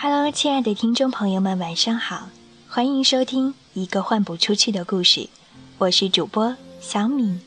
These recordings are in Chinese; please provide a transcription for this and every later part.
Hello， 亲爱的听众朋友们，晚上好，欢迎收听一个换不出去的故事，我是主播小米。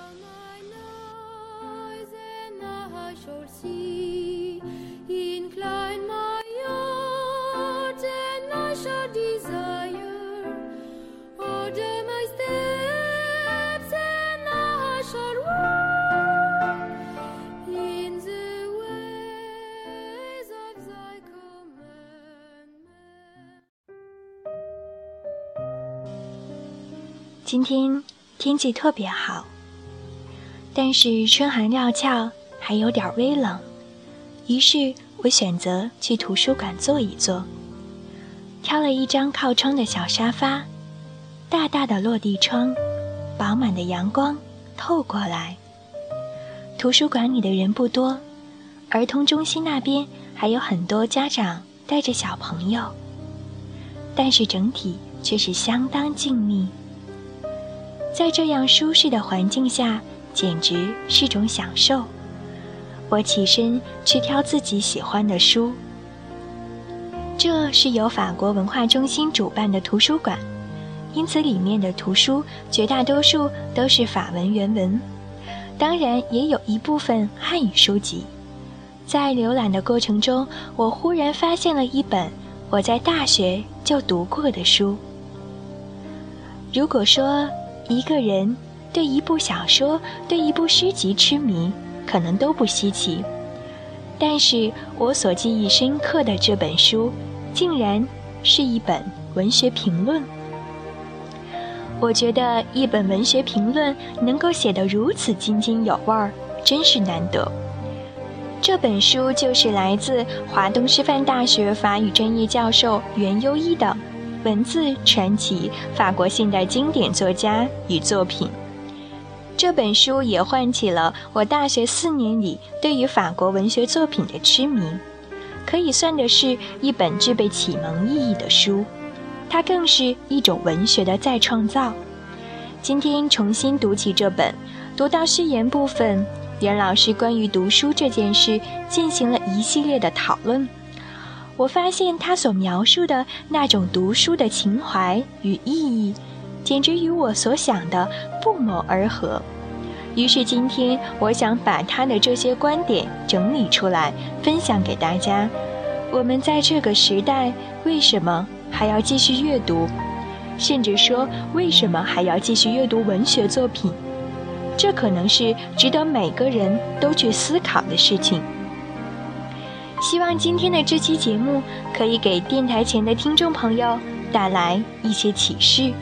今天天气特别好，但是春寒料峭，还有点微冷，于是我选择去图书馆坐一坐，挑了一张靠窗的小沙发，大大的落地窗，饱满的阳光透过来。图书馆里的人不多，儿童中心那边还有很多家长带着小朋友，但是整体却是相当静谧。在这样舒适的环境下，简直是种享受。我起身去挑自己喜欢的书。这是由法国文化中心主办的图书馆，因此里面的图书绝大多数都是法文原文，当然也有一部分汉语书籍。在浏览的过程中，我忽然发现了一本我在大学就读过的书。如果说一个人对一部小说、对一部诗集痴迷，可能都不稀奇，但是我所记忆深刻的这本书，竟然是一本文学评论。我觉得一本文学评论能够写得如此津津有味儿，真是难得。这本书就是来自华东师范大学法语专业教授袁优一的文字传奇法国现代经典作家与作品。这本书也唤起了我大学4年里对于法国文学作品的痴迷，可以算的是一本具备启蒙意义的书，它更是一种文学的再创造。今天重新读起这本，读到序言部分，袁老师关于读书这件事进行了一系列的讨论。我发现他所描述的那种读书的情怀与意义，简直与我所想的不谋而合。于是今天我想把他的这些观点整理出来，分享给大家。我们在这个时代为什么还要继续阅读，甚至说为什么还要继续阅读文学作品？这可能是值得每个人都去思考的事情。希望今天的这期节目可以给电台前的听众朋友带来一些启示。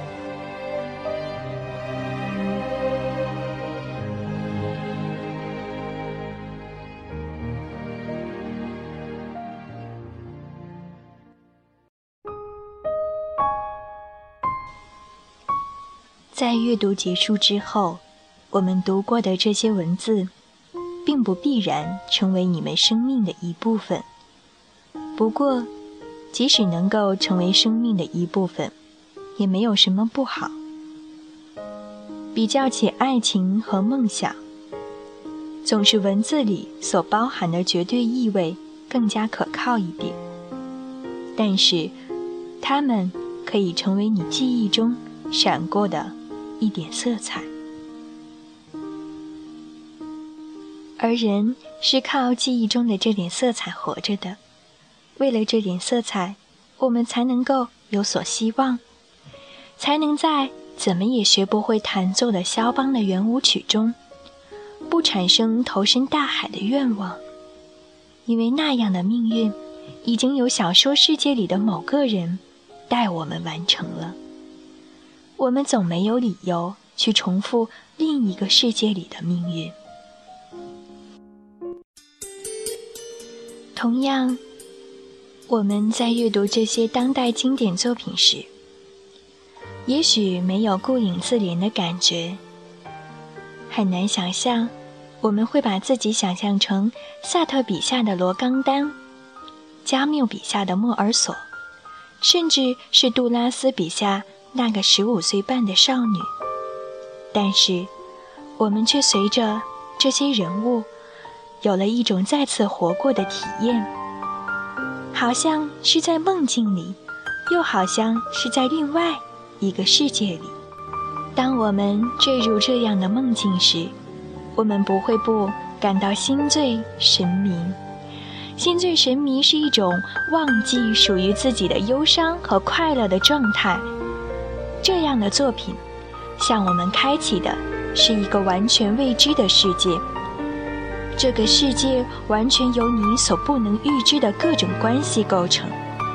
在阅读结束之后，我们读过的这些文字并不必然成为你们生命的一部分，不过即使能够成为生命的一部分，也没有什么不好。比较起爱情和梦想，总是文字里所包含的绝对意味更加可靠一点，但是它们可以成为你记忆中闪过的一点色彩。而人是靠记忆中的这点色彩活着的，为了这点色彩，我们才能够有所希望，才能在怎么也学不会弹奏的肖邦的圆舞曲中，不产生投身大海的愿望，因为那样的命运，已经有小说世界里的某个人带我们完成了。我们总没有理由去重复另一个世界里的命运。同样，我们在阅读这些当代经典作品时，也许没有顾影自怜的感觉，很难想象我们会把自己想象成萨特笔下的罗冈丹，加缪笔下的莫尔索，甚至是杜拉斯笔下那个15岁半的少女。但是我们却随着这些人物有了一种再次活过的体验。 好像是在梦境里，又好像是在另外一个世界里。当我们坠入这样的梦境时，我们不会不感到心醉神迷。心醉神迷是一种忘记属于自己的忧伤和快乐的状态。这样的作品向我们开启的是一个完全未知的世界，这个世界完全由你所不能预知的各种关系构成。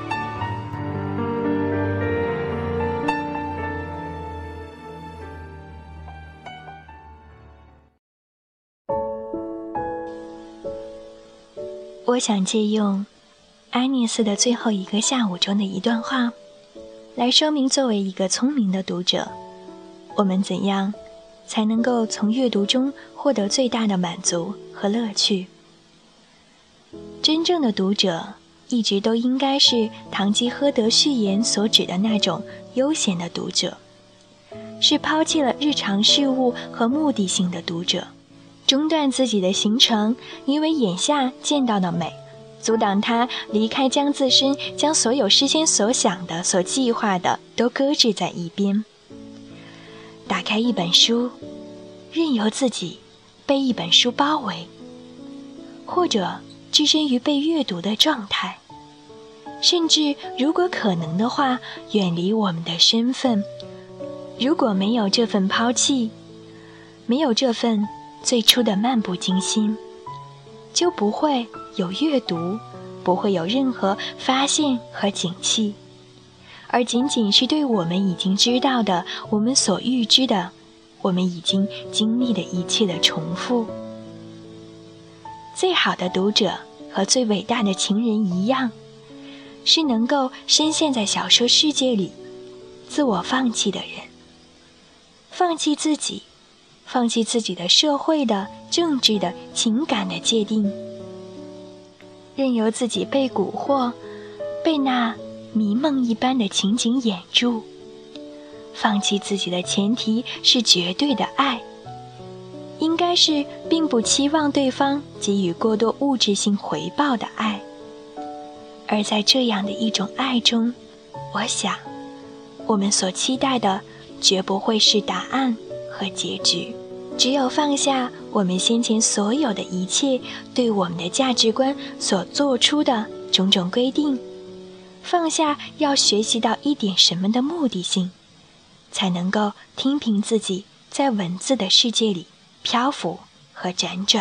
我想借用爱丽丝的最后一个下午中的一段话，来说明作为一个聪明的读者，我们怎样才能够从阅读中获得最大的满足和乐趣。真正的读者一直都应该是堂吉诃德序言所指的那种悠闲的读者，是抛弃了日常事物和目的性的读者，中断自己的行程，因为眼下见到的美阻挡他离开，将自身将所有事先所想的所计划的都搁置在一边。打开一本书，任由自己被一本书包围，或者置身于被阅读的状态，甚至如果可能的话，远离我们的身份。如果没有这份抛弃，没有这份最初的漫不经心，就不会有阅读，不会有任何发现和警惕，而仅仅是对我们已经知道的，我们所预知的，我们已经经历的一切的重复。最好的读者和最伟大的情人一样，是能够深陷在小说世界里自我放弃的人，放弃自己，放弃自己的社会的、政治的、情感的界定，任由自己被蛊惑，被那迷梦一般的情景掩住。放弃自己的前提是绝对的爱，应该是并不期望对方给予过多物质性回报的爱。而在这样的一种爱中，我想我们所期待的绝不会是答案和结局。只有放下我们先前所有的一切对我们的价值观所做出的种种规定，放下要学习到一点什么的目的性，才能够听凭自己在文字的世界里漂浮和辗转。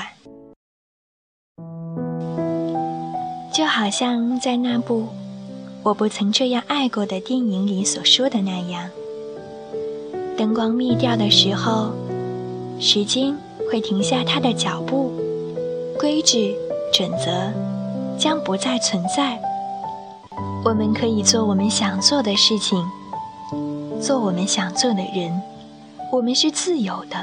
就好像在那部我不曾这样爱过的电影里所说的那样，灯光灭掉的时候，时间会停下它的脚步，规矩准则将不再存在，我们可以做我们想做的事情，做我们想做的人，我们是自由的。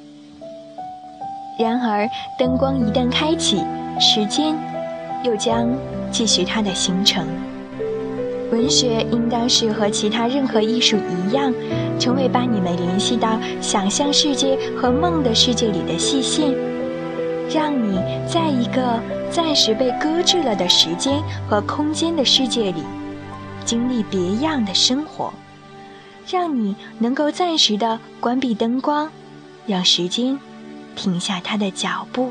然而灯光一旦开启，时间又将继续它的行程。文学应当是和其他任何艺术一样，成为把你们联系到想象世界和梦的世界里的细线，让你在一个暂时被搁置了的时间和空间的世界里经历别样的生活，让你能够暂时地关闭灯光，让时间停下它的脚步。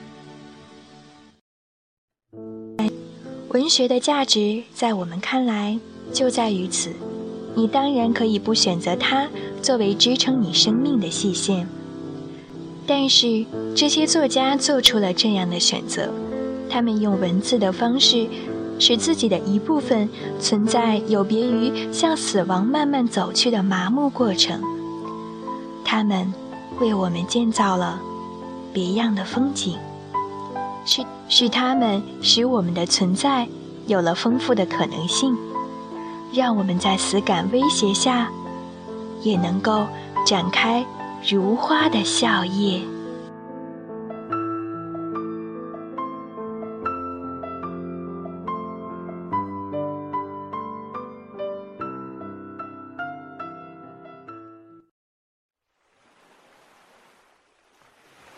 文学的价值在我们看来就在于此，你当然可以不选择它作为支撑你生命的细线，但是这些作家做出了这样的选择，他们用文字的方式使自己的一部分存在有别于向死亡慢慢走去的麻木过程，他们为我们建造了别样的风景，是他们使我们的存在有了丰富的可能性，让我们在死感威胁下也能够展开如花的笑靥。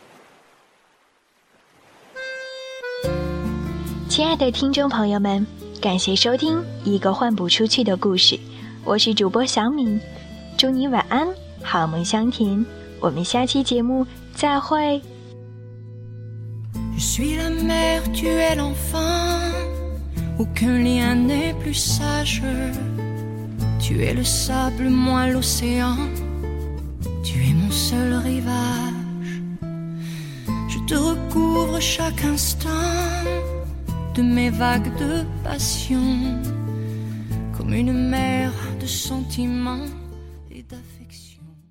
亲爱的听众朋友们， 感谢收听一个换不出去的故事，我是主播小米，祝你晚安，好梦香甜，我们下期节目再会。 Je suis la mer, tu es l'enfant, aucun lien n'est plus sage. Tu es le sable, moi l'océan, tu es mon seul rivage. Je te recouvre chaque instant de mes vagues de passion, comme une mer de sentiments.